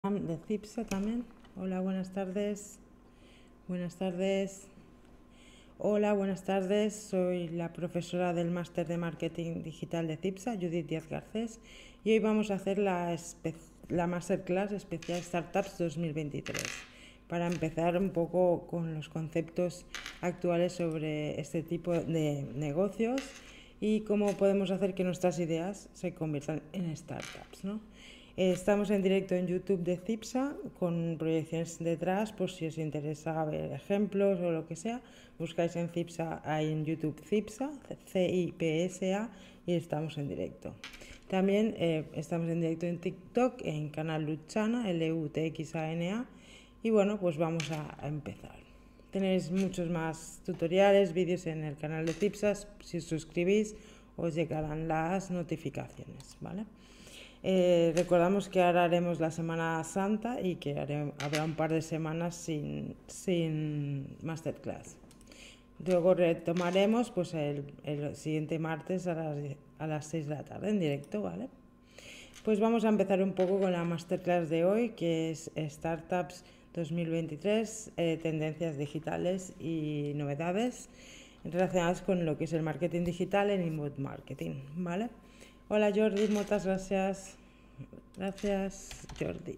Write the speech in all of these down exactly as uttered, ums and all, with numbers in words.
De CIPSA también. Hola, buenas tardes. Buenas tardes. Hola, buenas tardes. Soy la profesora del Máster de Marketing Digital de CIPSA, Judith Díaz Garcés, y hoy vamos a hacer la, la Masterclass Especial Startups dos mil veintitrés para empezar un poco con los conceptos actuales sobre este tipo de negocios y cómo podemos hacer que nuestras ideas se conviertan en startups, ¿no? Estamos en directo en YouTube de CIPSA con proyecciones detrás, por si os interesa ver ejemplos o lo que sea. Buscáis en CIPSA, hay en YouTube CIPSA, C I P S A, y estamos en directo. También eh, estamos en directo en TikTok, en canal Luchana, L U T X A N A, y bueno, pues vamos a, a empezar. Tenéis muchos más tutoriales, vídeos en el canal de CIPSA. Si os suscribís, os llegarán las notificaciones, ¿vale? Eh, recordamos que ahora haremos la Semana Santa y que haré, habrá un par de semanas sin, sin Masterclass. Luego retomaremos pues el, el siguiente martes a las, a las seis de la tarde en directo, ¿vale? Pues vamos a empezar un poco con la Masterclass de hoy, que es Startups dos mil veintitrés, eh, tendencias digitales y novedades relacionadas con lo que es el marketing digital en inbound marketing, ¿vale? Hola Jordi, muchas gracias. Gracias Jordi.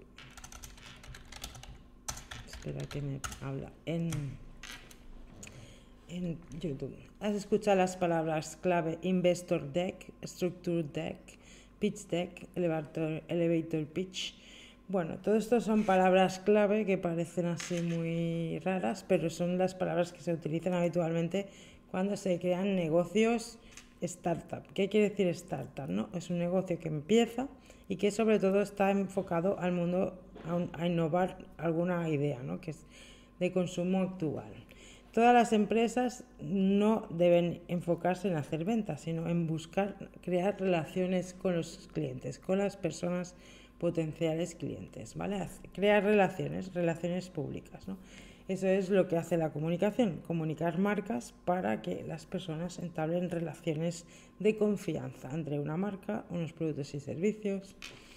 Espera que me habla en, en YouTube. Has escuchado las palabras clave Investor Deck, Structure Deck, Pitch Deck, Elevator, elevator Pitch. Bueno, todo esto son palabras clave que parecen así muy raras, pero son las palabras que se utilizan habitualmente cuando se crean negocios startup. ¿Qué quiere decir startup? ¿No? Es un negocio que empieza y que sobre todo está enfocado al mundo, a, un, a innovar alguna idea, ¿no? Que es de consumo actual. Todas las empresas no deben enfocarse en hacer ventas, sino en buscar crear relaciones con los clientes, con las personas potenciales clientes, ¿vale? Crear relaciones, relaciones públicas, ¿no? Eso es lo que hace la comunicación, comunicar marcas para que las personas entablen relaciones de confianza entre una marca, unos productos y servicios.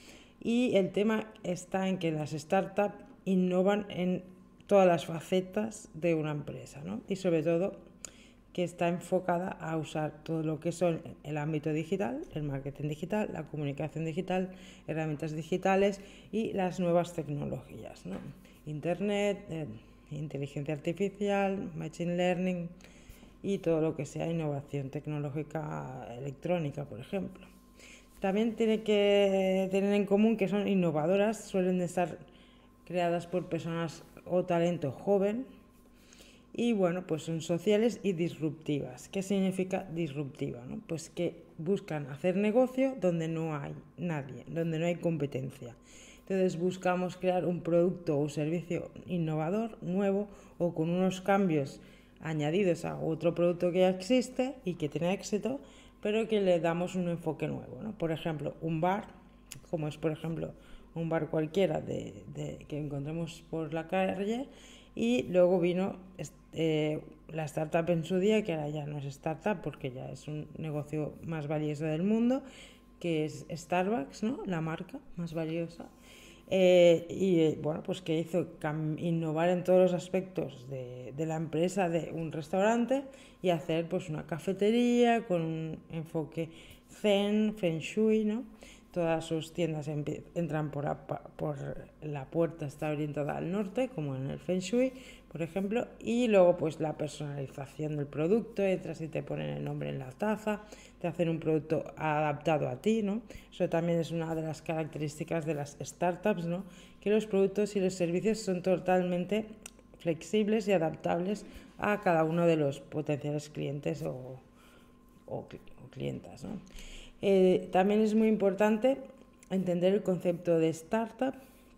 Y el tema está en que las startups innovan en todas las facetas de una empresa, ¿no? Y sobre todo que está enfocada a usar todo lo que son el ámbito digital, el marketing digital, la comunicación digital, herramientas digitales y las nuevas tecnologías, ¿no? Internet, eh, inteligencia artificial, machine learning y todo lo que sea innovación tecnológica electrónica, por ejemplo. También tiene que tener en común que son innovadoras, suelen estar creadas por personas o talento joven y bueno, pues son sociales y disruptivas. ¿Qué significa disruptiva? ¿No? Pues que buscan hacer negocio donde no hay nadie, donde no hay competencia. Entonces buscamos crear un producto o servicio innovador, nuevo o con unos cambios añadidos a otro producto que ya existe y que tiene éxito, pero que le damos un enfoque nuevo, ¿no? Por ejemplo, un bar, como es por ejemplo un bar cualquiera de, de, que encontremos por la calle, y luego vino eh, la startup en su día, que ahora ya no es startup porque ya es un negocio más valioso del mundo, que es Starbucks, ¿no? La marca más valiosa. Eh, y bueno, pues que hizo innovar en todos los aspectos de, de la empresa de un restaurante y hacer pues una cafetería con un enfoque zen, feng shui, ¿no? Todas sus tiendas entran por, por la puerta, está orientada al norte, como en el feng shui, por ejemplo, y luego pues la personalización del producto, entras y te ponen el nombre en la taza, te hacen un producto adaptado a ti, ¿no? Eso también es una de las características de las startups, ¿no? Que los productos y los servicios son totalmente flexibles y adaptables a cada uno de los potenciales clientes o, o, o clientas, ¿no? Eh, también es muy importante entender el concepto de startup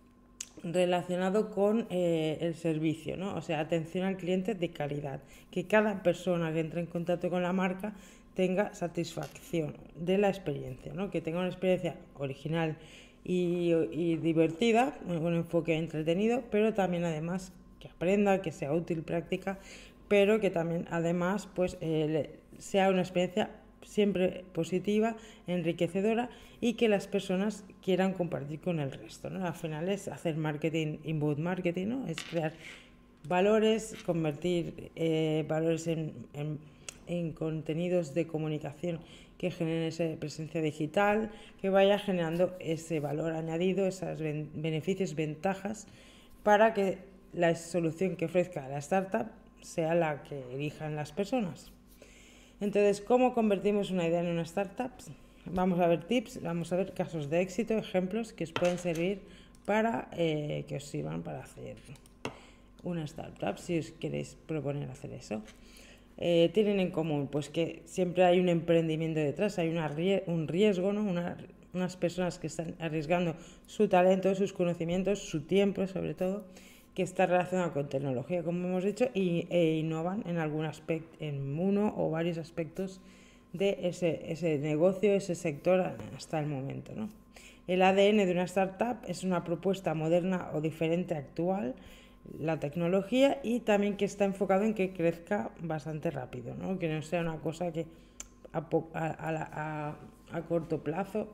relacionado con eh, el servicio, ¿no? O sea, atención al cliente de calidad, que cada persona que entre en contacto con la marca tenga satisfacción de la experiencia, ¿no? Que tenga una experiencia original y, y divertida, un enfoque entretenido, pero también además que aprenda, que sea útil, práctica, pero que también además pues eh, sea una experiencia siempre positiva, enriquecedora y que las personas quieran compartir con el resto, ¿no? Al final es hacer marketing, inbound marketing, ¿no? Es crear valores, convertir eh, valores en, en, en contenidos de comunicación que generen esa presencia digital, que vaya generando ese valor añadido, esos ben- beneficios, ventajas, para que la solución que ofrezca la startup sea la que elijan las personas. Entonces, ¿cómo convertimos una idea en una startup? Vamos a ver tips, vamos a ver casos de éxito, ejemplos que os pueden servir para eh, que os sirvan para hacer una startup, si os queréis proponer hacer eso. Eh, tienen en común pues que siempre hay un emprendimiento detrás, hay una, un riesgo, ¿no? Una, unas personas que están arriesgando su talento, sus conocimientos, su tiempo sobre todo, que está relacionado con tecnología, como hemos dicho, y, e innovan en algún aspecto, en uno o varios aspectos de ese, ese negocio, ese sector hasta el momento, ¿no? El A D N de una startup es una propuesta moderna o diferente actual, la tecnología, y también que está enfocado en que crezca bastante rápido, ¿no? Que no sea una cosa que a, a, a, a corto plazo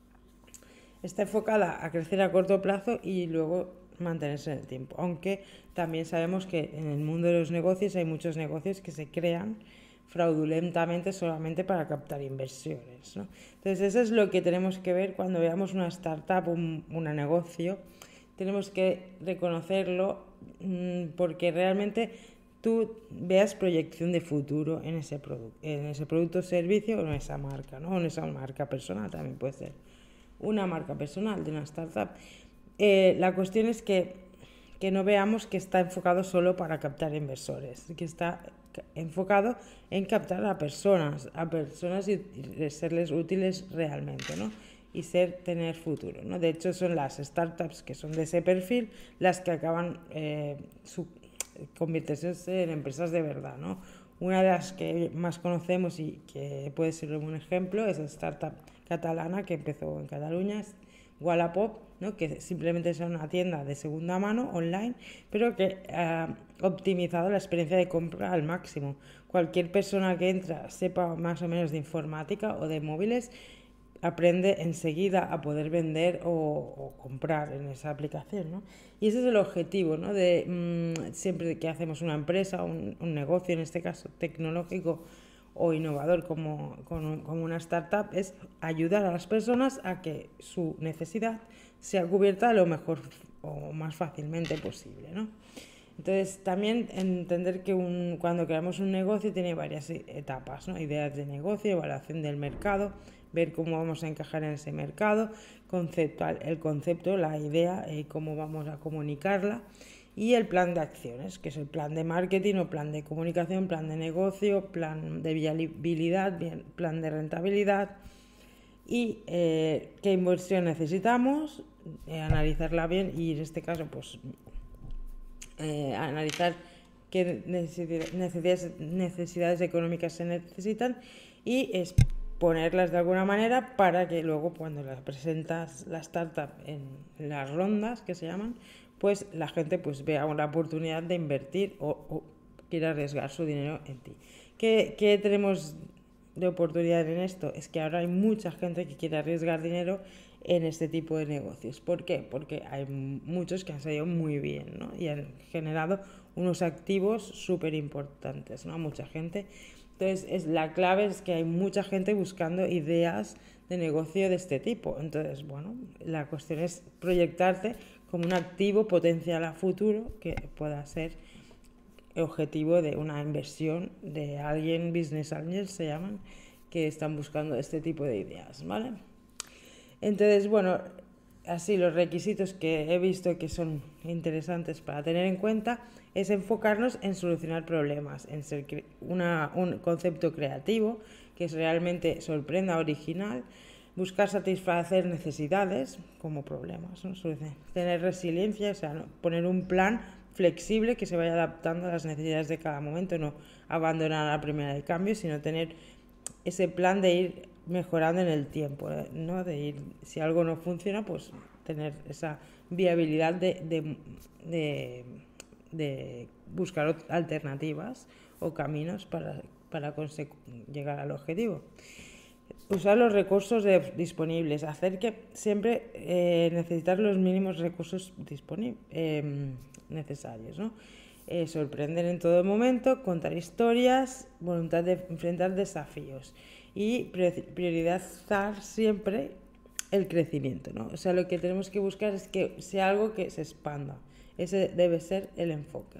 está enfocada a crecer a corto plazo y luego mantenerse en el tiempo, aunque también sabemos que en el mundo de los negocios hay muchos negocios que se crean fraudulentamente solamente para captar inversiones, ¿no? Entonces eso es lo que tenemos que ver cuando veamos una startup, un, un negocio. Tenemos que reconocerlo mmm, porque realmente tú veas proyección de futuro en ese, produ en ese producto o servicio o en esa marca, ¿no? O en esa marca personal también puede ser una marca personal de una startup. Eh, la cuestión es que, que no veamos que está enfocado solo para captar inversores, que está enfocado en captar a personas, a personas y, y serles útiles realmente, ¿no? Y ser, tener futuro, ¿no? De hecho, son las startups que son de ese perfil las que acaban eh, su, convirtiéndose en empresas de verdad, ¿no? Una de las que más conocemos y que puede ser un ejemplo es la startup catalana que empezó en Cataluña, Wallapop, ¿no? Que simplemente es una tienda de segunda mano online, pero que ha uh, optimizado la experiencia de compra al máximo. Cualquier persona que entra, sepa más o menos de informática o de móviles, aprende enseguida a poder vender o, o comprar en esa aplicación, ¿no? Y ese es el objetivo, ¿no? De mmm, siempre que hacemos una empresa, un, un negocio, en este caso tecnológico o innovador como, como, como una startup, es ayudar a las personas a que su necesidad sea cubierta lo mejor o más fácilmente posible, ¿no? Entonces, también entender que un, cuando creamos un negocio tiene varias etapas, ¿no? Ideas de negocio, evaluación del mercado, ver cómo vamos a encajar en ese mercado, conceptual, el concepto, la idea, eh, cómo vamos a comunicarla, y el plan de acciones, que es el plan de marketing o plan de comunicación, plan de negocio, plan de viabilidad, plan de rentabilidad, y eh, qué inversión necesitamos, eh, analizarla bien y en este caso pues eh, analizar qué necesidades, necesidades económicas se necesitan y es ponerlas de alguna manera para que luego cuando las presentas la startup en las rondas que se llaman, pues la gente pues vea una oportunidad de invertir o, o quiera arriesgar su dinero en ti. ¿Qué, qué tenemos de oportunidad en esto? Es que ahora hay mucha gente que quiere arriesgar dinero en este tipo de negocios. ¿Por qué? Porque hay muchos que han salido muy bien, ¿no? Y han generado unos activos súper importantes, ¿no? Mucha gente. Entonces, es, la clave es que hay mucha gente buscando ideas de negocio de este tipo. Entonces, bueno, la cuestión es proyectarte como un activo potencial a futuro que pueda ser objetivo de una inversión de alguien, business angels se llaman, que están buscando este tipo de ideas, ¿vale? Entonces, bueno, así los requisitos que he visto que son interesantes para tener en cuenta es enfocarnos en solucionar problemas, en ser una, un concepto creativo que es realmente sorprenda, original, buscar satisfacer necesidades como problemas, ¿no? Tener resiliencia, o sea, ¿no? Poner un plan flexible que se vaya adaptando a las necesidades de cada momento, no abandonar a la primera de cambio, sino tener ese plan de ir mejorando en el tiempo, ¿no? De ir, si algo no funciona, pues tener esa viabilidad de, de, de, de buscar alternativas o caminos para para llegar al objetivo. Usar los recursos de, disponibles, hacer que siempre eh, necesitar los mínimos recursos disponibles, eh, necesarios, ¿no? Eh, sorprender en todo momento, contar historias, voluntad de enfrentar desafíos y priorizar siempre el crecimiento, ¿no? O sea, lo que tenemos que buscar es que sea algo que se expanda. Ese debe ser el enfoque.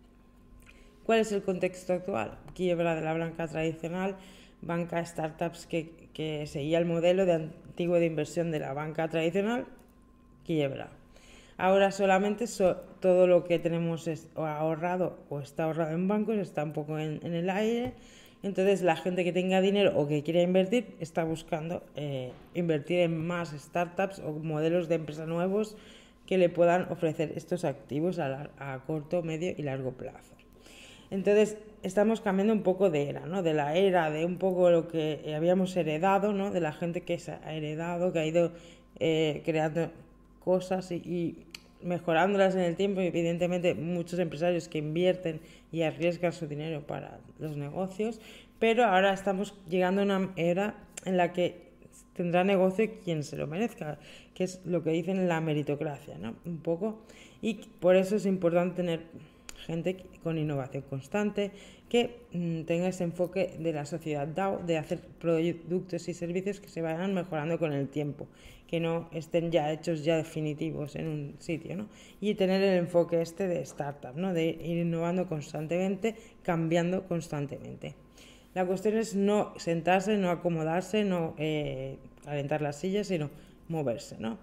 ¿Cuál es el contexto actual? Quiebra de la banca tradicional, banca startups que, que seguía el modelo de antiguo de inversión de la banca tradicional, quiebra. Ahora solamente so, todo lo que tenemos es, o ahorrado o está ahorrado en bancos está un poco en, en el aire. Entonces la gente que tenga dinero o que quiera invertir está buscando eh, invertir en más startups o modelos de empresas nuevos que le puedan ofrecer estos activos a, la, a corto, medio y largo plazo. Entonces estamos cambiando un poco de era, ¿no? De la era de un poco lo que habíamos heredado, ¿no? De la gente que se ha heredado, que ha ido eh, creando cosas y, y mejorándolas en el tiempo. Y evidentemente muchos empresarios que invierten y arriesgan su dinero para los negocios, pero ahora estamos llegando a una era en la que tendrá negocio quien se lo merezca, que es lo que dicen la meritocracia, ¿no? Un poco, y por eso es importante tener gente con innovación constante, que mmm, tenga ese enfoque de la sociedad D A O, de hacer productos y servicios que se vayan mejorando con el tiempo, que no estén ya hechos ya definitivos en un sitio, ¿no? Y tener el enfoque este de startup, ¿no? De ir innovando constantemente, cambiando constantemente. La cuestión es no sentarse, no acomodarse, no eh, calentar las sillas, sino moverse, ¿no?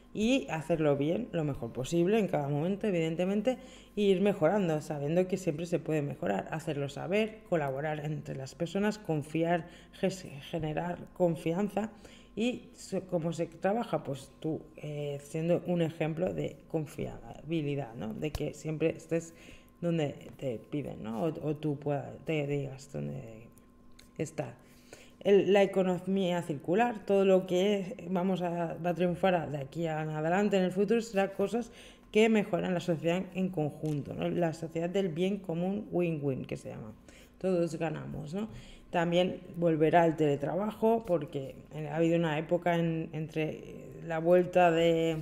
Y hacerlo bien, lo mejor posible en cada momento, evidentemente, e ir mejorando, sabiendo que siempre se puede mejorar, hacerlo saber, colaborar entre las personas, confiar, generar confianza. Y cómo se trabaja, pues tú eh, siendo un ejemplo de confiabilidad, ¿no? De que siempre estés donde te piden, ¿no? O, o tú puedas, te digas dónde estar. El, la economía circular, todo lo que vamos a, va a triunfar de aquí en adelante en el futuro será cosas que mejoran la sociedad en conjunto, ¿no? La sociedad del bien común win-win, que se llama. Todos ganamos, ¿no? También volverá el teletrabajo, porque ha habido una época en, entre la vuelta de,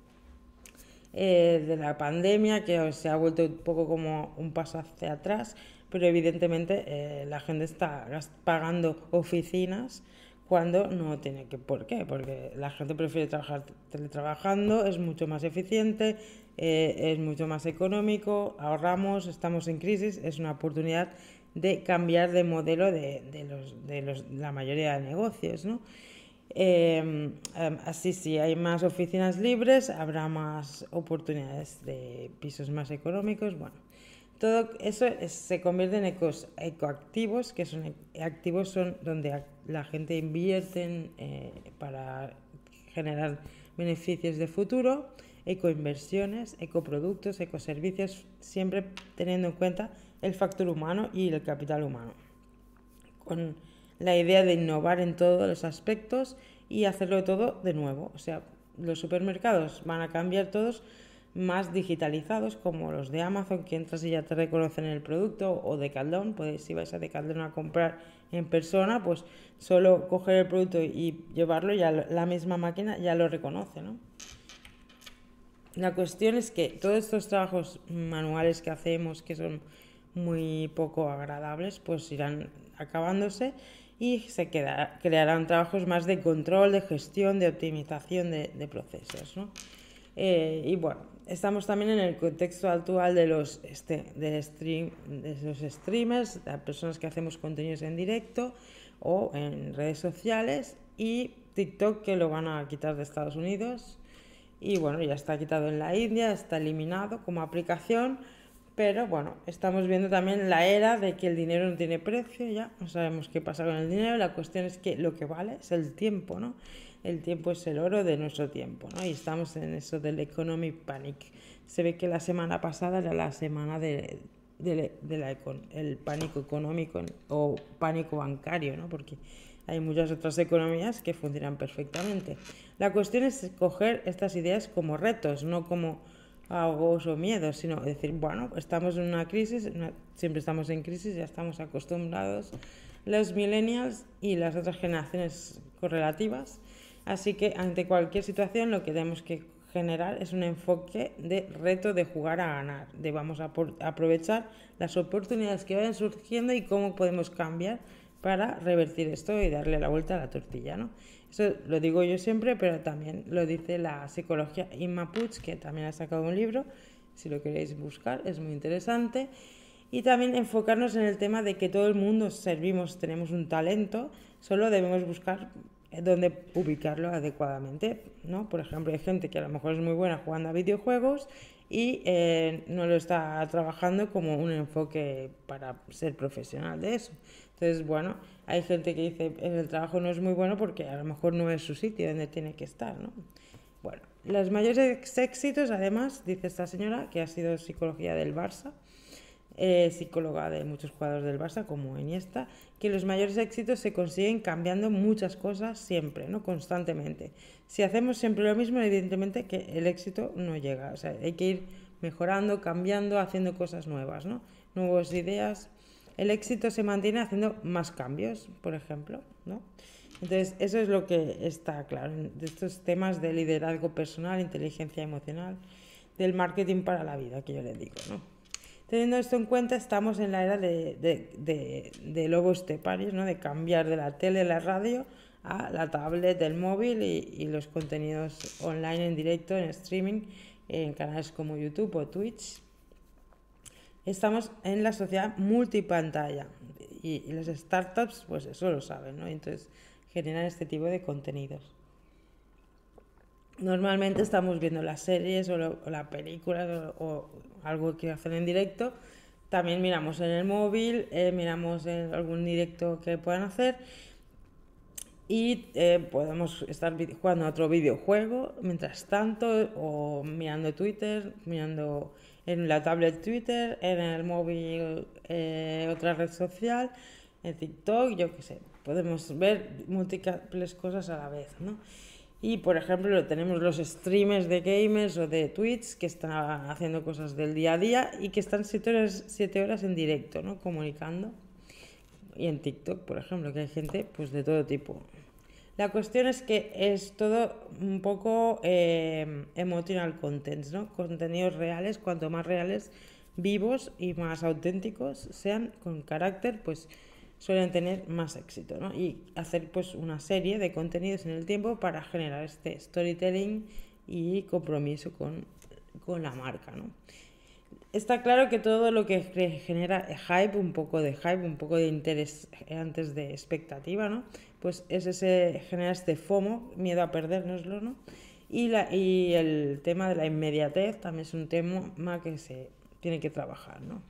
eh, de la pandemia que se ha vuelto un poco como un paso hacia atrás, pero evidentemente eh, la gente está pagando oficinas cuando no tiene que. ¿Por qué? Porque la gente prefiere trabajar teletrabajando, es mucho más eficiente, eh, es mucho más económico, ahorramos, estamos en crisis, es una oportunidad de cambiar de modelo de, de, los, de los, la mayoría de negocios, ¿no? Eh, así, si hay más oficinas libres, habrá más oportunidades de pisos más económicos. Bueno, todo eso es, se convierte en ecos, ecoactivos, que son activos son donde la gente invierte en, eh, para generar beneficios de futuro, ecoinversiones, ecoproductos, ecoservicios, siempre teniendo en cuenta el factor humano y el capital humano, con la idea de innovar en todos los aspectos y hacerlo todo de nuevo. O sea, los supermercados van a cambiar todos más digitalizados, como los de Amazon, que entras y ya te reconocen el producto, o Decathlon, pues si vais a Decathlon a comprar en persona, pues solo coger el producto y llevarlo, ya la misma máquina ya lo reconoce, ¿no? La cuestión es que todos estos trabajos manuales que hacemos, que son muy poco agradables, pues irán acabándose y se queda, crearán trabajos más de control, de gestión, de optimización de, de procesos, ¿no? Eh, y bueno, estamos también en el contexto actual de los, este, de stream, de los streamers, de las personas que hacemos contenidos en directo o en redes sociales, y TikTok, que lo van a quitar de Estados Unidos. Y bueno, ya está quitado en la India, está eliminado como aplicación, pero bueno, estamos viendo también la era de que el dinero no tiene precio, ya no sabemos qué pasa con el dinero. La cuestión es que lo que vale es el tiempo, ¿no? El tiempo es el oro de nuestro tiempo, ¿no? Y estamos en eso del economic panic. Se ve que la semana pasada era la semana de, de, de la, el pánico económico o pánico bancario, ¿no? Porque hay muchas otras economías que funcionan perfectamente. La cuestión es coger estas ideas como retos, no como ahogos o miedos, sino decir, bueno, estamos en una crisis, una, siempre estamos en crisis, ya estamos acostumbrados los millennials y las otras generaciones correlativas, así que ante cualquier situación lo que tenemos que generar es un enfoque de reto de jugar a ganar, de vamos a, por, a aprovechar las oportunidades que vayan surgiendo y cómo podemos cambiar para revertir esto y darle la vuelta a la tortilla, ¿no? Eso lo digo yo siempre, pero también lo dice la psicología Inma Puig, que también ha sacado un libro, si lo queréis buscar, es muy interesante. Y también enfocarnos en el tema de que todo el mundo servimos, tenemos un talento, solo debemos buscar dónde ubicarlo adecuadamente, ¿no? Por ejemplo, hay gente que a lo mejor es muy buena jugando a videojuegos y eh, no lo está trabajando como un enfoque para ser profesional de eso. Entonces, bueno, hay gente que dice en el trabajo no es muy bueno porque a lo mejor no es su sitio donde tiene que estar, ¿no? Bueno, los mayores éxitos, además, dice esta señora, que ha sido psicología del Barça, eh, psicóloga de muchos jugadores del Barça, como Iniesta, que los mayores éxitos se consiguen cambiando muchas cosas siempre, ¿no? Constantemente. Si hacemos siempre lo mismo, evidentemente que el éxito no llega. O sea, hay que ir mejorando, cambiando, haciendo cosas nuevas, ¿no? Nuevas ideas. El éxito se mantiene haciendo más cambios, por ejemplo, ¿no? Entonces, eso es lo que está claro de estos temas de liderazgo personal, inteligencia emocional, del marketing para la vida, que yo le digo, ¿no? Teniendo esto en cuenta, estamos en la era de, de, de, de lobos esteparios, ¿no? De cambiar de la tele, la radio, a la tablet, el móvil y, y los contenidos online en directo, en streaming, en canales como YouTube o Twitch. Estamos en la sociedad multipantalla y, y las startups, pues eso lo saben, ¿no? Entonces generan este tipo de contenidos. Normalmente estamos viendo las series o, lo, o la película o, o algo que hacen en directo. También miramos en el móvil, eh, miramos en algún directo que puedan hacer y eh, podemos estar jugando a otro videojuego mientras tanto o mirando Twitter, mirando en la tablet Twitter, en el móvil eh, otra red social, en TikTok, yo qué sé. Podemos ver múltiples cosas a la vez, ¿no? Y, por ejemplo, tenemos los streamers de gamers o de Twitch que están haciendo cosas del día a día y que están siete horas, siete horas en directo, ¿no? Comunicando. Y en TikTok, por ejemplo, que hay gente pues de todo tipo. La cuestión es que es todo un poco eh, emotional content, ¿no? Contenidos reales, cuanto más reales, vivos y más auténticos sean, con carácter, pues suelen tener más éxito, ¿no? Y hacer pues una serie de contenidos en el tiempo para generar este storytelling y compromiso con, con la marca, ¿no? Está claro que todo lo que genera hype, un poco de hype, un poco de interés antes de expectativa, ¿no? Pues es ese, genera este FOMO, miedo a perdérnoslo, ¿no? Y, la, y el tema de la inmediatez también es un tema que se tiene que trabajar, ¿no?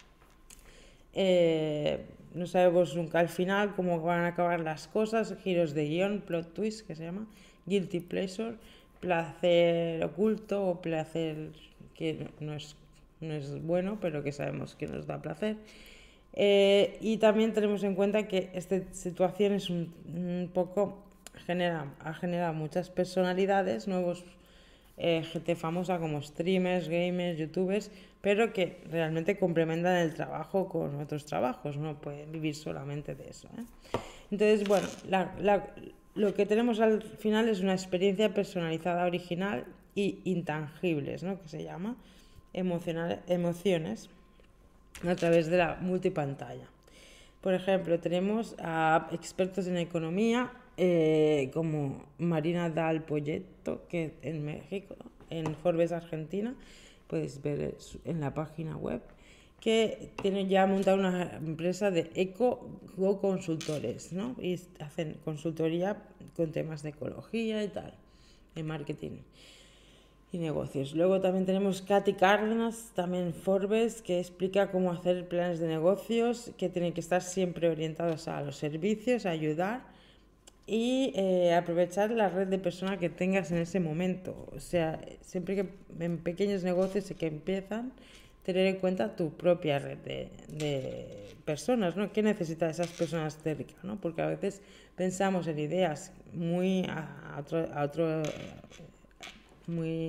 Eh, no sabemos nunca al final cómo van a acabar las cosas, giros de guión, plot twist, que se llama, guilty pleasure, placer oculto o placer que no es, no es bueno, pero que sabemos que nos da placer. Eh, y también tenemos en cuenta que esta situación es un, un poco, genera, ha generado muchas personalidades, nuevos eh, gente famosa como streamers, gamers, youtubers, pero que realmente complementan el trabajo con otros trabajos, no pueden vivir solamente de eso, ¿eh? Entonces, bueno, la, la, lo que tenemos al final es una experiencia personalizada, original e intangibles, ¿no? Que se llama emocional, emociones a través de la multipantalla. Por ejemplo, tenemos a expertos en economía eh, como Marina Dal Poyetto, que en México, en Forbes Argentina, puedes ver en la página web, que tienen ya montado una empresa de eco-consultores, ¿no? Y hacen consultoría con temas de ecología y tal, de marketing y negocios. Luego también tenemos Katy Cárdenas, también Forbes, que explica cómo hacer planes de negocios que tienen que estar siempre orientados a los servicios, a ayudar y eh, aprovechar la red de personas que tengas en ese momento. O sea, siempre que en pequeños negocios que empiezan, tener en cuenta tu propia red de, de personas, ¿no? ¿Qué necesitan esas personas cerca, ¿no? Porque a veces pensamos en ideas muy a, a otro, a otro muy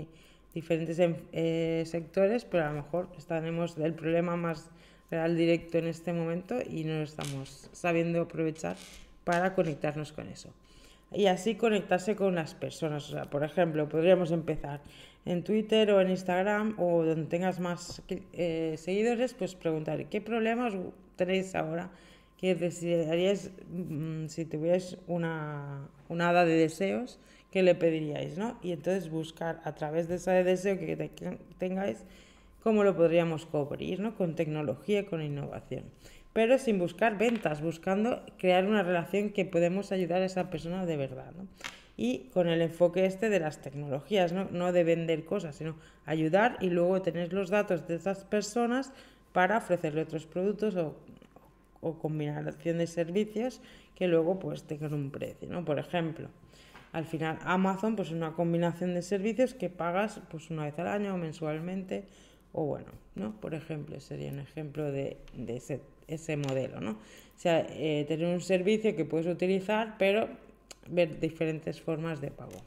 diferentes eh, sectores, pero a lo mejor tenemos el problema más real directo en este momento y no lo estamos sabiendo aprovechar para conectarnos con eso. Y así conectarse con las personas. O sea, por ejemplo, podríamos empezar en Twitter o en Instagram o donde tengas más eh, seguidores, pues preguntar qué problemas tenéis ahora, que desearíais, mmm, si tuvierais una, una hada de deseos, ¿qué le pediríais, ¿no? Y entonces buscar a través de esa de deseo que te, tengáis cómo lo podríamos cubrir, ¿no? Con tecnología, con innovación. Pero sin buscar ventas, buscando crear una relación que podemos ayudar a esa persona de verdad, ¿no? Y con el enfoque este de las tecnologías, ¿no? No de vender cosas, sino ayudar y luego tener los datos de esas personas para ofrecerle otros productos o, o combinación de servicios que luego pues tengan un precio, ¿no? Por ejemplo, al final Amazon pues es una combinación de servicios que pagas pues una vez al año o mensualmente, o bueno, ¿no? Por ejemplo, sería un ejemplo de, de ese, ese modelo, ¿no? O sea, eh, tener un servicio que puedes utilizar, pero ver diferentes formas de pago.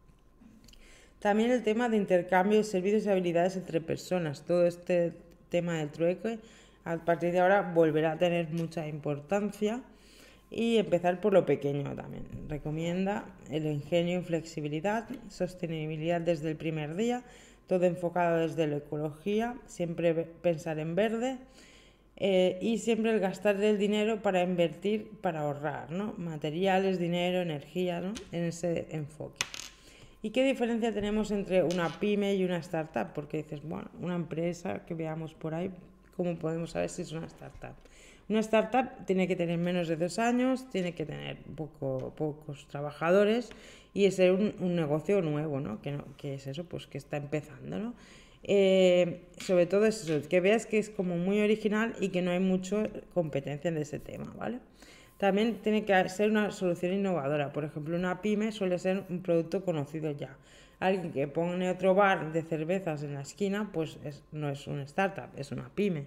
También el tema de intercambio de servicios y habilidades entre personas. Todo este tema del trueque, a partir de ahora, volverá a tener mucha importancia. Y empezar por lo pequeño también. Recomienda el ingenio y flexibilidad, sostenibilidad desde el primer día, todo enfocado desde la ecología, siempre pensar en verde eh, y siempre el gastar el dinero para invertir, para ahorrar, ¿no? Materiales, dinero, energía, ¿no? En ese enfoque. ¿Y qué diferencia tenemos entre una pyme y una startup? Porque dices, bueno, una empresa que veamos por ahí, ¿cómo podemos saber si es una startup? Una startup tiene que tener menos de dos años, tiene que tener poco, pocos trabajadores y es un, un negocio nuevo, ¿no? Que, ¿no? que es eso, pues que está empezando, ¿no? Eh, sobre todo es eso, que veas que es como muy original y que no hay mucha competencia en ese tema, ¿vale? También tiene que ser una solución innovadora. Por ejemplo, una pyme suele ser un producto conocido ya. Alguien que pone otro bar de cervezas en la esquina, pues es, no es una startup, es una pyme.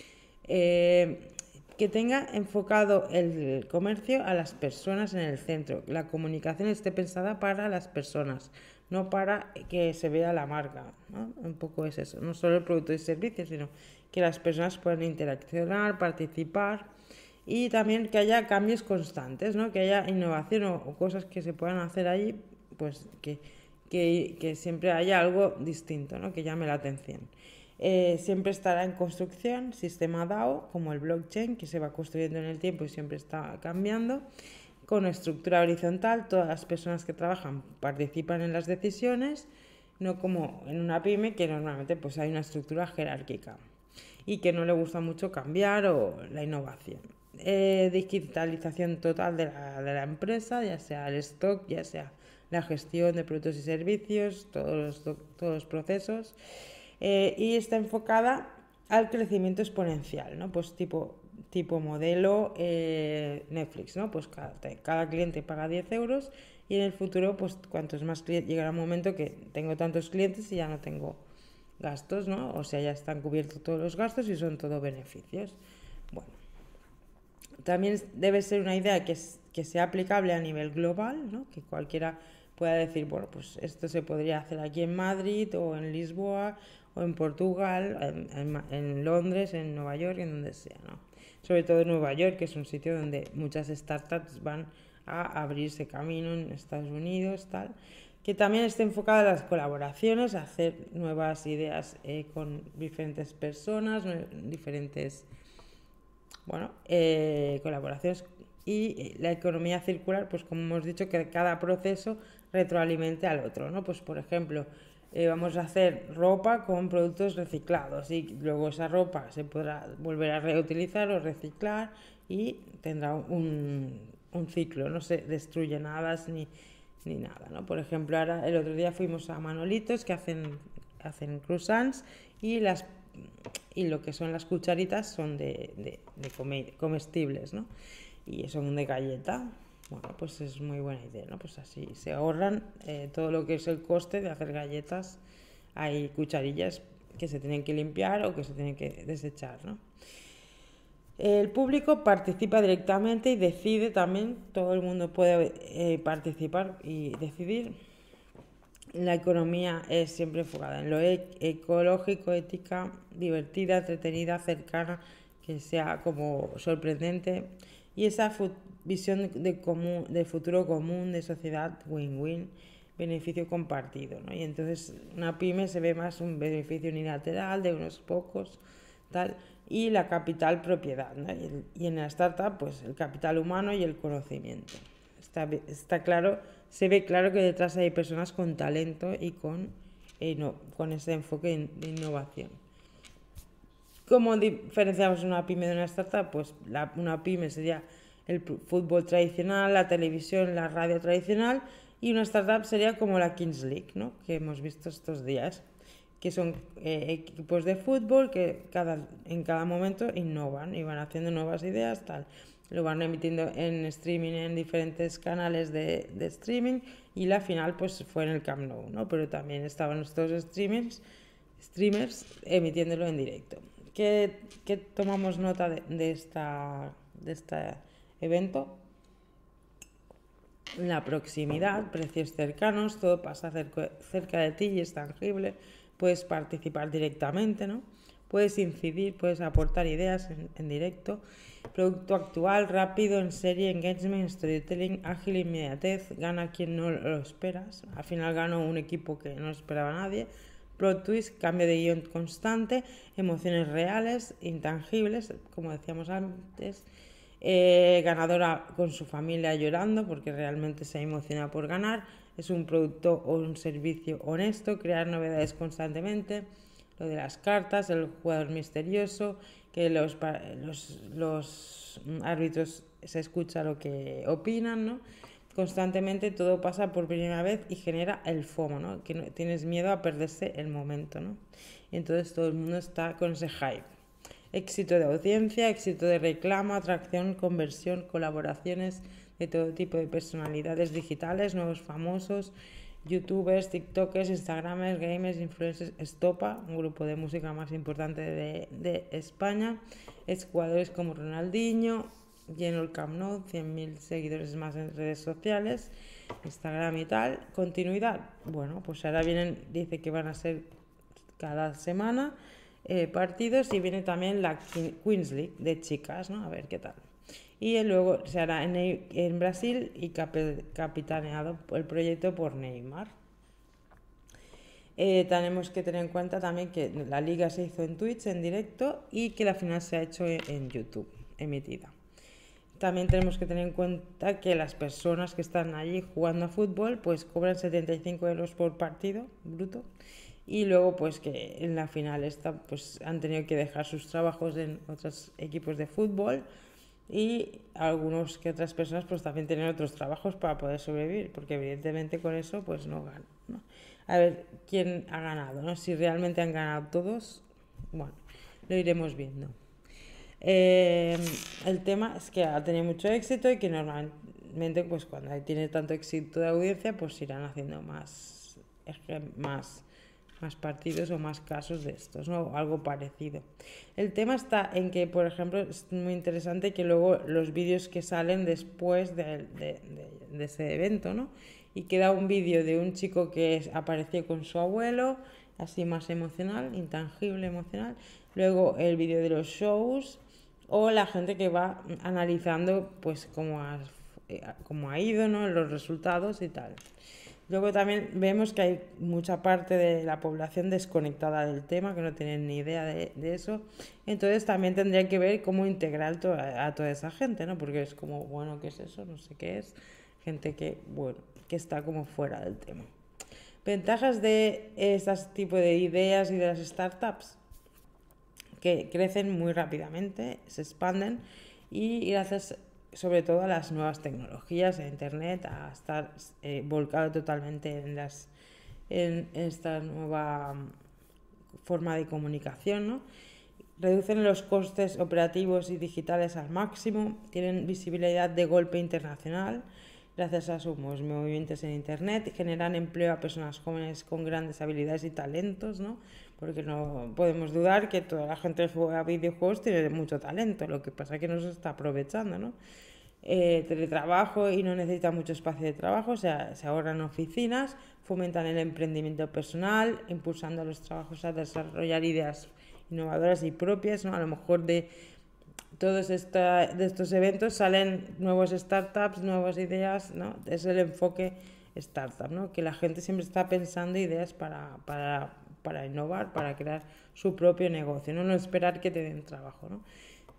Eh, que tenga enfocado el comercio a las personas en el centro. La comunicación esté pensada para las personas, no para que se vea la marca, ¿no? Un poco es eso, no solo el producto y servicio, sino que las personas puedan interaccionar, participar y también que haya cambios constantes, ¿no? Que haya innovación o, o cosas que se puedan hacer allí, pues que, que, que siempre haya algo distinto, ¿no? Que llame la atención. Eh, siempre estará en construcción, sistema DAO, como el blockchain, que se va construyendo en el tiempo y siempre está cambiando, con estructura horizontal, todas las personas que trabajan participan en las decisiones, no como en una pyme que normalmente pues hay una estructura jerárquica y que no le gusta mucho cambiar o la innovación. Eh, digitalización total de la, de la empresa, ya sea el stock, ya sea la gestión de productos y servicios, todos los, todos los procesos. Eh, y está enfocada al crecimiento exponencial, ¿no? Pues tipo, tipo modelo eh, Netflix, ¿no? Pues cada, cada cliente paga diez euros y en el futuro, pues cuantos más clientes, llegará un momento que tengo tantos clientes y ya no tengo gastos, ¿no? O sea, ya están cubiertos todos los gastos y son todo beneficios. Bueno, también debe ser una idea que, es, que sea aplicable a nivel global, ¿no? Que cualquiera pueda decir, bueno, pues esto se podría hacer aquí en Madrid o en Lisboa o en Portugal, en, en, en Londres, en Nueva York, en donde sea, ¿no? Sobre todo en Nueva York, que es un sitio donde muchas startups van a abrirse camino en Estados Unidos, tal. Que también esté enfocada en las colaboraciones, a hacer nuevas ideas eh, con diferentes personas, diferentes, bueno, eh, colaboraciones y la economía circular, pues como hemos dicho, que cada proceso retroalimente al otro, ¿no? Pues por ejemplo, eh, vamos a hacer ropa con productos reciclados y luego esa ropa se podrá volver a reutilizar o reciclar y tendrá un, un ciclo, no se destruye nada ni, ni nada, ¿no? Por ejemplo, ahora el otro día fuimos a Manolitos que hacen, hacen croissants y las y lo que son las cucharitas son de, de, de comer, comestibles, ¿no? Y son de galleta. Bueno, pues es muy buena idea, ¿no? Pues así se ahorran eh, todo lo que es el coste de hacer galletas. Hay cucharillas que se tienen que limpiar o que se tienen que desechar, ¿no? El público participa directamente y decide también, todo el mundo puede eh, participar y decidir. La economía es siempre enfocada en lo e- ecológico, ética, divertida, entretenida, cercana, que sea como sorprendente. Y esa fu- visión de, común, de futuro común, de sociedad win-win, beneficio compartido, ¿no? Y entonces una pyme se ve más un beneficio unilateral de unos pocos, tal, y la capital propiedad, ¿no? Y, el- y en la startup, pues el capital humano y el conocimiento. Está, está claro, se ve claro que detrás hay personas con talento y con, eh, no, con ese enfoque de innovación. ¿Cómo diferenciamos una pyme de una startup? Pues la, una pyme sería el fútbol tradicional, la televisión, la radio tradicional, y una startup sería como la Kings League, ¿no? Que hemos visto estos días, que son eh, equipos de fútbol que cada, en cada momento innovan y van haciendo nuevas ideas, tal. Lo van emitiendo en streaming en diferentes canales de, de streaming, y la final pues fue en el Camp Nou, ¿no? Pero también estaban estos streamers, streamers emitiéndolo en directo. ¿Qué, qué tomamos nota de, de, esta, de este evento? La proximidad, precios cercanos, todo pasa cerca, cerca de ti y es tangible. Puedes participar directamente, ¿no? Puedes incidir, puedes aportar ideas en, en directo. Producto actual, rápido, en serie, engagement, storytelling, ágil, inmediatez. Gana quien no lo esperas. Al final ganó un equipo que no esperaba a nadie. Plot twist, cambio de guión constante, emociones reales, intangibles, como decíamos antes. Eh, ganadora con su familia llorando porque realmente se emociona por ganar. Es un producto o un servicio honesto, crear novedades constantemente. Lo de las cartas, el jugador misterioso, que los, los, los árbitros se escucha lo que opinan, ¿no? Constantemente todo pasa por primera vez y genera el FOMO, ¿no? Que no, tienes miedo a perderse el momento, ¿no? Y entonces todo el mundo está con ese hype. Éxito de audiencia, éxito de reclamo, atracción, conversión, colaboraciones de todo tipo de personalidades digitales, nuevos famosos, youtubers, tiktokers, instagramers, gamers, influencers, Estopa, un grupo de música más importante de, de España, exjugadores como Ronaldinho, lleno el Camp Nou, cien mil seguidores más en redes sociales, Instagram y tal. Continuidad, bueno, pues ahora vienen, dice que van a ser cada semana eh, partidos, y viene también la Queens League de chicas, ¿no? A ver qué tal. Y luego se hará en, en Brasil y cap capitaneado el proyecto por Neymar. Eh, tenemos que tener en cuenta también que la liga se hizo en Twitch en directo y que la final se ha hecho en YouTube, emitida. También tenemos que tener en cuenta que las personas que están allí jugando a fútbol pues cobran setenta y cinco euros por partido bruto, y luego pues que en la final esta pues han tenido que dejar sus trabajos en otros equipos de fútbol, y algunos que otras personas pues también tienen otros trabajos para poder sobrevivir, porque evidentemente con eso pues no ganan, ¿no? A ver quién ha ganado, ¿no? Si realmente han ganado todos, bueno, lo iremos viendo. Eh, el tema es que ha tenido mucho éxito y que normalmente pues cuando tiene tanto éxito de audiencia pues irán haciendo más, más, más partidos o más casos de estos, ¿no? Algo parecido. El tema está en que, por ejemplo, es muy interesante que luego los vídeos que salen después de, de, de, de ese evento, ¿no? Y queda un vídeo de un chico que apareció con su abuelo, así más emocional, intangible, emocional. Luego el vídeo de los shows, o la gente que va analizando pues cómo ha, cómo ha ido, ¿no? Los resultados y tal. Luego también vemos que hay mucha parte de la población desconectada del tema, que no tienen ni idea de, de eso. Entonces también tendría que ver cómo integrar to a toda esa gente, ¿no? Porque es como, bueno, ¿qué es eso? No sé qué es. Gente que, bueno, que está como fuera del tema. Ventajas de este tipo de ideas y de las startups, que crecen muy rápidamente, se expanden, y gracias sobre todo a las nuevas tecnologías, a internet, a estar eh, volcado totalmente en, las, en esta nueva forma de comunicación, ¿no? Reducen los costes operativos y digitales al máximo, tienen visibilidad de golpe internacional gracias a sus movimientos en internet, generan empleo a personas jóvenes con grandes habilidades y talentos, ¿no? Porque no podemos dudar que toda la gente que juega videojuegos tiene mucho talento, lo que pasa es que no se está aprovechando, ¿no? eh, teletrabajo y no necesita mucho espacio de trabajo, o sea, se ahorran oficinas, fomentan el emprendimiento personal, impulsando a los trabajos a desarrollar ideas innovadoras y propias, ¿no? A lo mejor de todos esta, de estos eventos salen nuevos startups, nuevas ideas, ¿no? Es el enfoque startup, ¿no? Que la gente siempre está pensando ideas para, para, para innovar, para crear su propio negocio, ¿no? No esperar que te den trabajo, ¿no?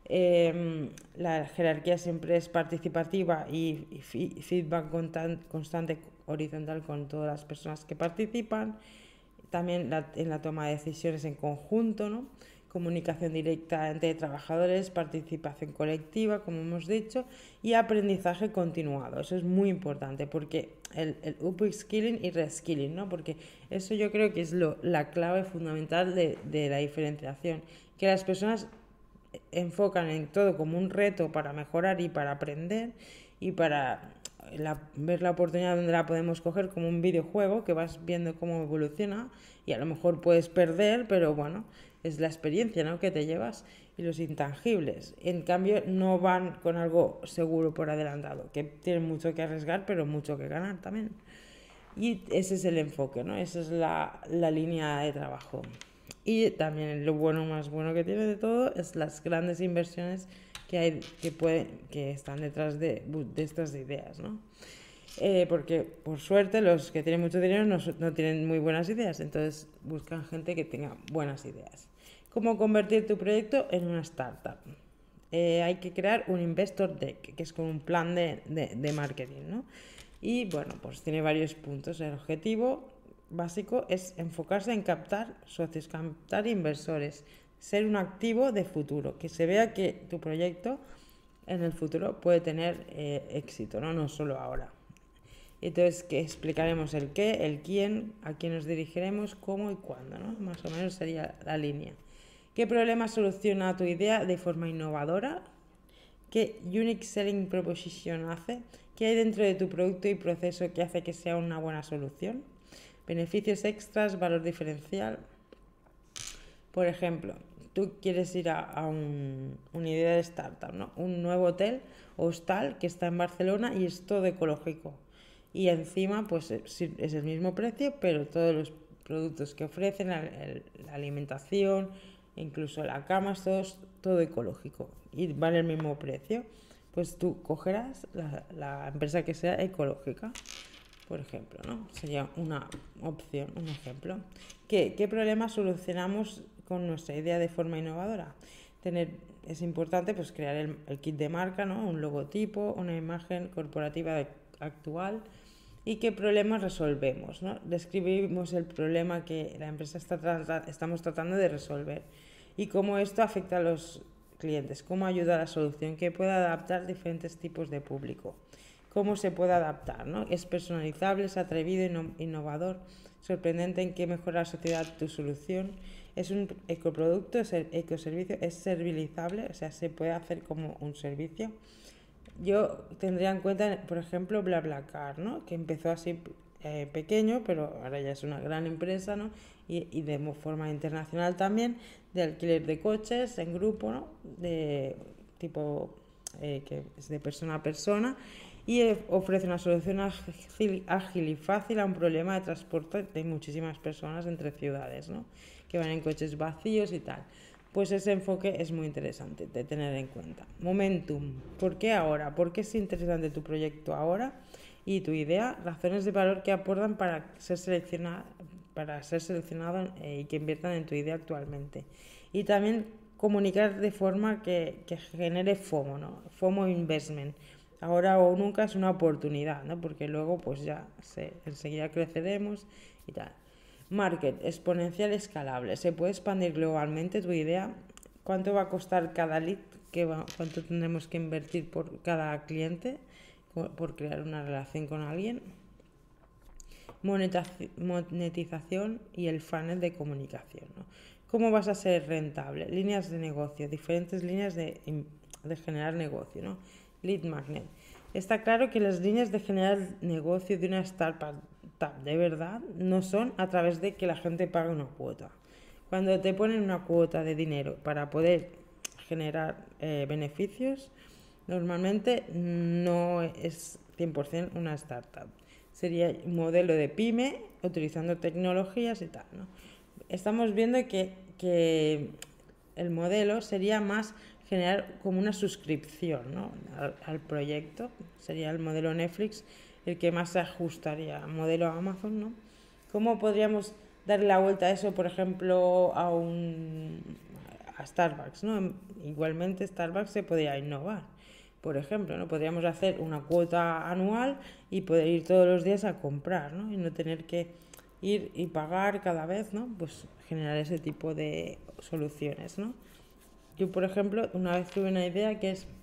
Eh, la jerarquía siempre es participativa y, y feedback constante horizontal con todas las personas que participan. También la, en la toma de decisiones en conjunto, ¿no? Comunicación directa entre trabajadores, participación colectiva, como hemos dicho, y aprendizaje continuado. Eso es muy importante porque el, el upskilling y reskilling, ¿no? Porque eso yo creo que es lo, la clave fundamental de, de la diferenciación, que las personas enfocan en todo como un reto para mejorar y para aprender y para la, ver la oportunidad donde la podemos coger como un videojuego que vas viendo cómo evoluciona y a lo mejor puedes perder, pero bueno, es la experiencia, ¿no?, que te llevas y los intangibles. En cambio, no van con algo seguro por adelantado, que tienen mucho que arriesgar, pero mucho que ganar también. Y ese es el enfoque, ¿no? Esa es la, la línea de trabajo. Y también lo bueno, más bueno que tiene de todo es las grandes inversiones que hay, que pueden, que están detrás de, de estas ideas, ¿no? Eh, porque por suerte los que tienen mucho dinero no, no tienen muy buenas ideas, entonces buscan gente que tenga buenas ideas. ¿Cómo convertir tu proyecto en una startup? Eh, hay que crear un investor deck, que es como un plan de, de, de marketing, ¿no? Y bueno, pues tiene varios puntos. El objetivo básico es enfocarse en captar socios, captar inversores, ser un activo de futuro, que se vea que tu proyecto en el futuro puede tener eh, éxito, ¿no? No solo ahora. Entonces, que explicaremos el qué, el quién, a quién nos dirigiremos, cómo y cuándo, ¿no? Más o menos sería la línea. ¿Qué problema soluciona tu idea de forma innovadora? ¿Qué unique selling proposition hace? ¿Qué hay dentro de tu producto y proceso que hace que sea una buena solución? Beneficios extras, valor diferencial. Por ejemplo, tú quieres ir a, a un, una idea de startup, ¿no? Un nuevo hotel o hostal que está en Barcelona y es todo ecológico. Y encima, pues es el mismo precio, pero todos los productos que ofrecen, la, la alimentación, incluso la cama, todo, todo ecológico. Y vale el mismo precio. Pues tú cogerás la, la empresa que sea ecológica, por ejemplo, ¿no? Sería una opción, un ejemplo. ¿Qué, qué problemas solucionamos con nuestra idea de forma innovadora? Tener, es importante pues crear el, el kit de marca, ¿no? Un logotipo, una imagen corporativa de, actual y qué problemas resolvemos, ¿no? Describimos el problema que la empresa está trata, estamos tratando de resolver y cómo esto afecta a los clientes, cómo ayuda a la solución, que pueda adaptar diferentes tipos de público. Cómo se puede adaptar, ¿no? Es personalizable, es atrevido, innovador, sorprendente en qué mejora la sociedad tu solución. Es un ecoproducto, es el ecoservicio, es servilizable, o sea, se puede hacer como un servicio. Yo tendría en cuenta, por ejemplo, BlaBlaCar, ¿no? Que empezó así eh, pequeño, pero ahora ya es una gran empresa, ¿no? Y, y de forma internacional también, de alquiler de coches en grupo, ¿no? De tipo eh, que es de persona a persona. Y ofrece una solución ágil, ágil y fácil a un problema de transporte de muchísimas personas entre ciudades, ¿no? Que van en coches vacíos y tal. Pues ese enfoque es muy interesante de tener en cuenta. Momentum. ¿Por qué ahora? ¿Por qué es interesante tu proyecto ahora? Y tu idea, razones de valor que aportan para ser seleccionado, para ser seleccionado eh, y que inviertan en tu idea actualmente. Y también comunicar de forma que, que genere FOMO, ¿no? FOMO investment. Ahora o nunca es una oportunidad, ¿no? Porque luego pues ya se, enseguida creceremos y tal. Market, exponencial escalable. Se puede expandir globalmente tu idea. ¿Cuánto va a costar cada lead? ¿Qué va, ¿Cuánto tendremos que invertir por cada cliente? Por crear una relación con alguien. Monetización y el funnel de comunicación, ¿no? ¿Cómo vas a ser rentable? Líneas de negocio, diferentes líneas de, de generar negocio, ¿no? Lead magnet. Está claro que las líneas de generar negocio de una startup de verdad no son a través de que la gente pague una cuota. Cuando te ponen una cuota de dinero para poder generar eh, beneficios, normalmente no es cien por ciento una startup. Sería un modelo de pyme utilizando tecnologías y tal, ¿no? Estamos viendo que, que el modelo sería más generar como una suscripción, ¿no? al, al proyecto. Sería el modelo Netflix el que más se ajustaría al modelo Amazon, ¿no? ¿Cómo podríamos darle la vuelta a eso, por ejemplo, a un a Starbucks, ¿no? Igualmente Starbucks se podría innovar. Por ejemplo, ¿no? Podríamos hacer una cuota anual y poder ir todos los días a comprar, ¿no? Y no tener que ir y pagar cada vez, ¿no? Pues generar ese tipo de soluciones, ¿no? Yo, por ejemplo, una vez tuve una idea que es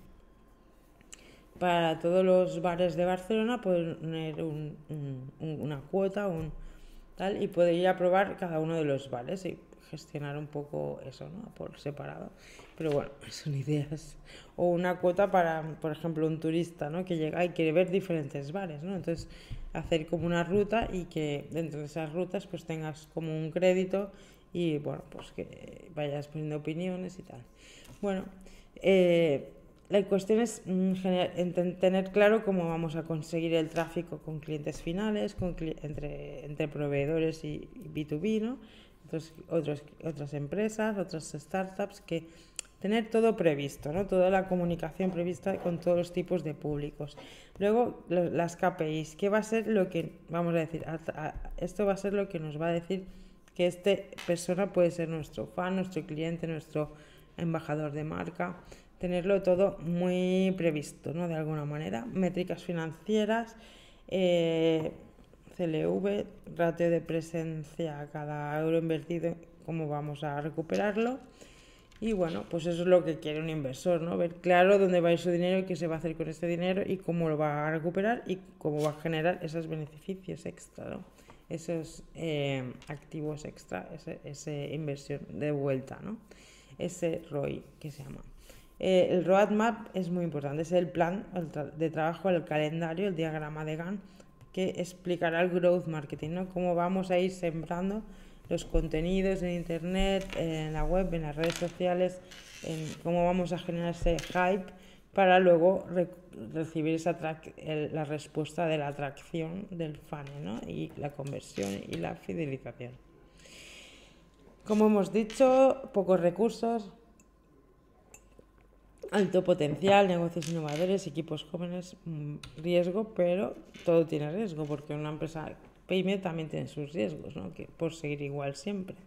para todos los bares de Barcelona poner un, un, una cuota un, tal, y poder ir a probar cada uno de los bares y gestionar un poco eso, ¿no? Por separado. Pero bueno, son ideas. O una cuota para, por ejemplo, un turista, ¿no? Que llega y quiere ver diferentes bares, ¿no? Entonces, hacer como una ruta y que dentro de esas rutas pues tengas como un crédito y, bueno, pues que vayas poniendo opiniones y tal. Bueno, eh, la cuestión es mm, tener claro cómo vamos a conseguir el tráfico con clientes finales, con cli entre, entre proveedores y, y B dos B, ¿no? Entonces, otros, otras empresas, otras startups, que tener todo previsto, ¿no? Toda la comunicación prevista con todos los tipos de públicos. Luego, lo, las K P Is, ¿qué va a ser lo que, vamos a decir, a, a, esto va a ser lo que nos va a decir que esta persona puede ser nuestro fan, nuestro cliente, nuestro embajador de marca? Tenerlo todo muy previsto, ¿no? De alguna manera. Métricas financieras, eh, C L V, ratio de presencia a cada euro invertido, cómo vamos a recuperarlo. Y bueno, pues eso es lo que quiere un inversor, ¿no? Ver claro dónde va a ir su dinero y qué se va a hacer con este dinero y cómo lo va a recuperar y cómo va a generar esos beneficios extra, ¿no? Esos eh, activos extra, esa ese inversión de vuelta, ¿no? Ese R O I que se llama. Eh, el roadmap es muy importante, es el plan de trabajo, el calendario, el diagrama de Gantt que explicará el growth marketing, ¿no? Cómo vamos a ir sembrando los contenidos en internet, en la web, en las redes sociales, en cómo vamos a generar ese hype para luego re recibir esa el, la respuesta de la atracción del funnel, ¿no? Y la conversión y la fidelización. Como hemos dicho, pocos recursos, alto potencial, negocios innovadores, equipos jóvenes, riesgo, pero todo tiene riesgo porque una empresa pyme también tiene sus riesgos, ¿no? Que por seguir igual siempre.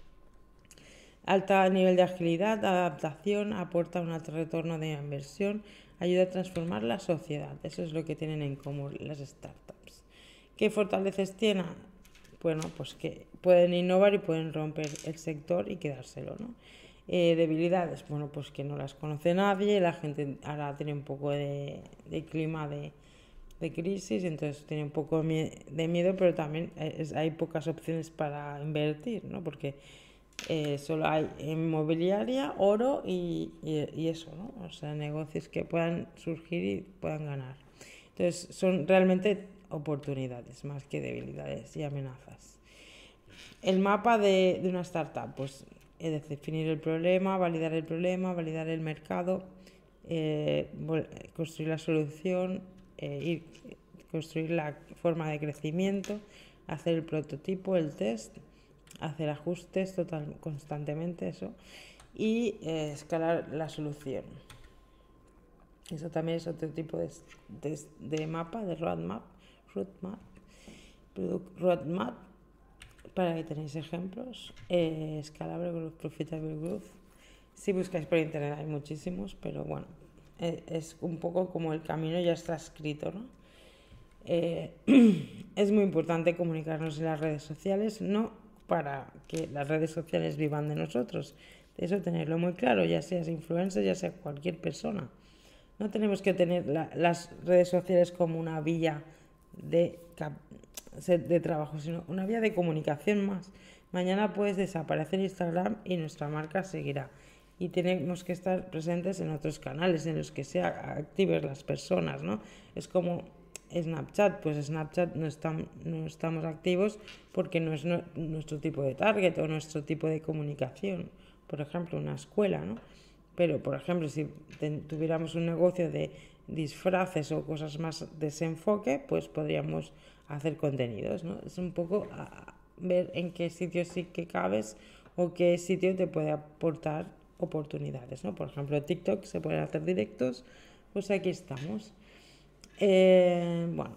Alto nivel de agilidad, adaptación, aporta un alto retorno de inversión, ayuda a transformar la sociedad. Eso es lo que tienen en común las startups. ¿Qué fortalezas tienen? Bueno, pues que pueden innovar y pueden romper el sector y quedárselo, ¿no? Eh, debilidades, bueno, pues que no las conoce nadie, la gente ahora tiene un poco de, de clima de, de crisis, entonces tiene un poco de miedo, pero también es, hay pocas opciones para invertir, ¿no? Porque eh, solo hay inmobiliaria, oro y, y, y eso, ¿no? O sea, negocios que puedan surgir y puedan ganar. Entonces son realmente oportunidades más que debilidades y amenazas. El mapa de, de una startup, pues es definir el problema, validar el problema, validar el mercado, eh, construir la solución, eh, ir, construir la forma de crecimiento, hacer el prototipo, el test, hacer ajustes total, constantemente, eso, y eh, escalar la solución. Eso también es otro tipo de, de, de mapa, de roadmap, roadmap, roadmap, para que tenéis ejemplos. Eh, escalable growth, profitable growth. Si buscáis por internet hay muchísimos, pero bueno, eh, es un poco como el camino ya está escrito, ¿no? Eh, es muy importante comunicarnos en las redes sociales, no para que las redes sociales vivan de nosotros, eso tenerlo muy claro, ya seas influencer, ya sea cualquier persona. No tenemos que tener la, las redes sociales como una vía de, de trabajo, sino una vía de comunicación más. Mañana puedes desaparecer Instagram y nuestra marca seguirá. Y tenemos que estar presentes en otros canales en los que sean activas las personas, ¿no? Es como Snapchat, pues Snapchat no, está, no estamos activos porque no es no, nuestro tipo de target o nuestro tipo de comunicación. Por ejemplo, una escuela, ¿no? Pero, por ejemplo, si ten, tuviéramos un negocio de disfraces o cosas más de ese enfoque, pues podríamos hacer contenidos, ¿no? Es un poco a ver en qué sitio sí que cabes o qué sitio te puede aportar oportunidades, ¿no? Por ejemplo, TikTok se pueden hacer directos, pues aquí estamos. Eh, bueno,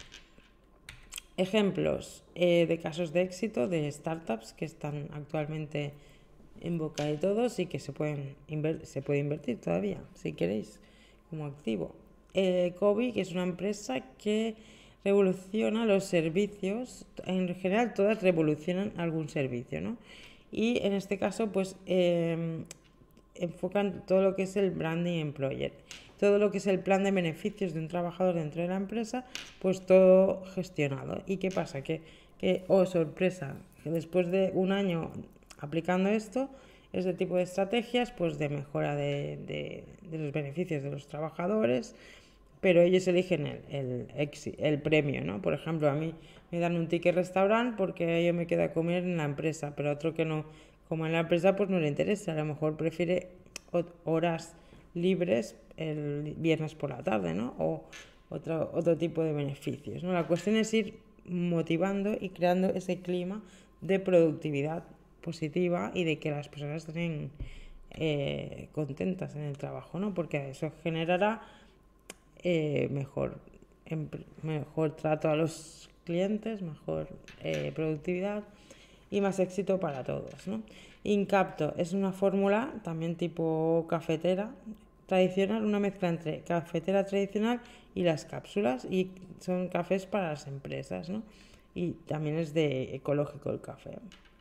ejemplos eh, de casos de éxito de startups que están actualmente en boca de todos y que se pueden se puede invertir todavía, si queréis, como activo. Eh, Kobe, que es una empresa que revoluciona los servicios, en general todas revolucionan algún servicio, ¿no? Y en este caso, pues eh, enfocan todo lo que es el branding employer, todo lo que es el plan de beneficios de un trabajador dentro de la empresa, pues todo gestionado. ¿Y qué pasa? Que, que oh sorpresa, que después de un año aplicando esto, este tipo de estrategias, pues de mejora de, de, de los beneficios de los trabajadores, pero ellos eligen el, el, el premio, ¿no? Por ejemplo, a mí me dan un ticket restaurante porque yo me quedo a comer en la empresa, pero a otro que no, como en la empresa, pues no le interesa, a lo mejor prefiere horas libres el viernes por la tarde, ¿no? O otro, otro tipo de beneficios, ¿no? La cuestión es ir motivando y creando ese clima de productividad positiva y de que las personas estén eh, contentas en el trabajo, ¿no? Porque eso generará eh, mejor, mejor trato a los clientes, mejor eh, productividad y más éxito para todos, ¿no? Incapto es una fórmula también tipo cafetera tradicional, una mezcla entre cafetera tradicional y las cápsulas, y son cafés para las empresas, ¿no? Y también es de ecológico el café.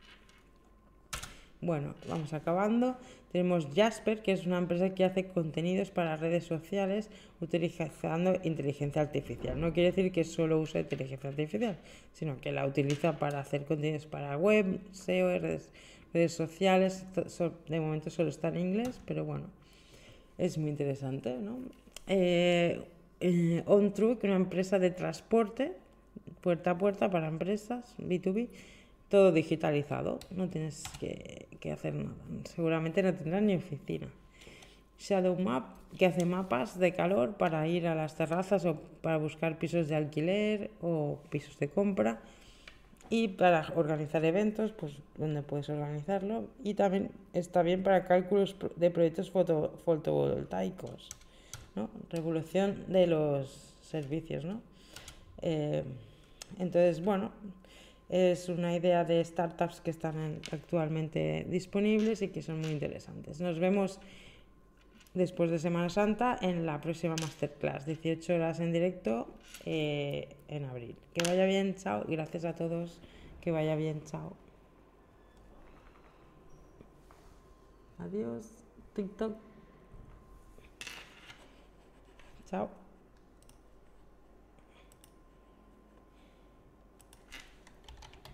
Bueno, vamos acabando. Tenemos Jasper, que es una empresa que hace contenidos para redes sociales utilizando inteligencia artificial. No quiere decir que solo usa inteligencia artificial, sino que la utiliza para hacer contenidos para web, S E O, redes, redes sociales. De momento solo está en inglés, pero bueno, es muy interesante, ¿no? Eh, eh, OnTruck, una empresa de transporte puerta a puerta para empresas B dos B, todo digitalizado, no tienes que, que hacer nada, seguramente no tendrás ni oficina. Shadow Map, que hace mapas de calor para ir a las terrazas o para buscar pisos de alquiler o pisos de compra, y para organizar eventos, pues donde puedes organizarlo, y también está bien para cálculos de proyectos foto, fotovoltaicos, ¿no? Revolución de los servicios, ¿no? Eh, entonces, bueno, es una idea de startups que están en, actualmente disponibles y que son muy interesantes. Nos vemos después de Semana Santa en la próxima masterclass, dieciocho horas en directo eh, en abril. Que vaya bien, chao, y gracias a todos, que vaya bien, chao. Adiós, TikTok. Chao.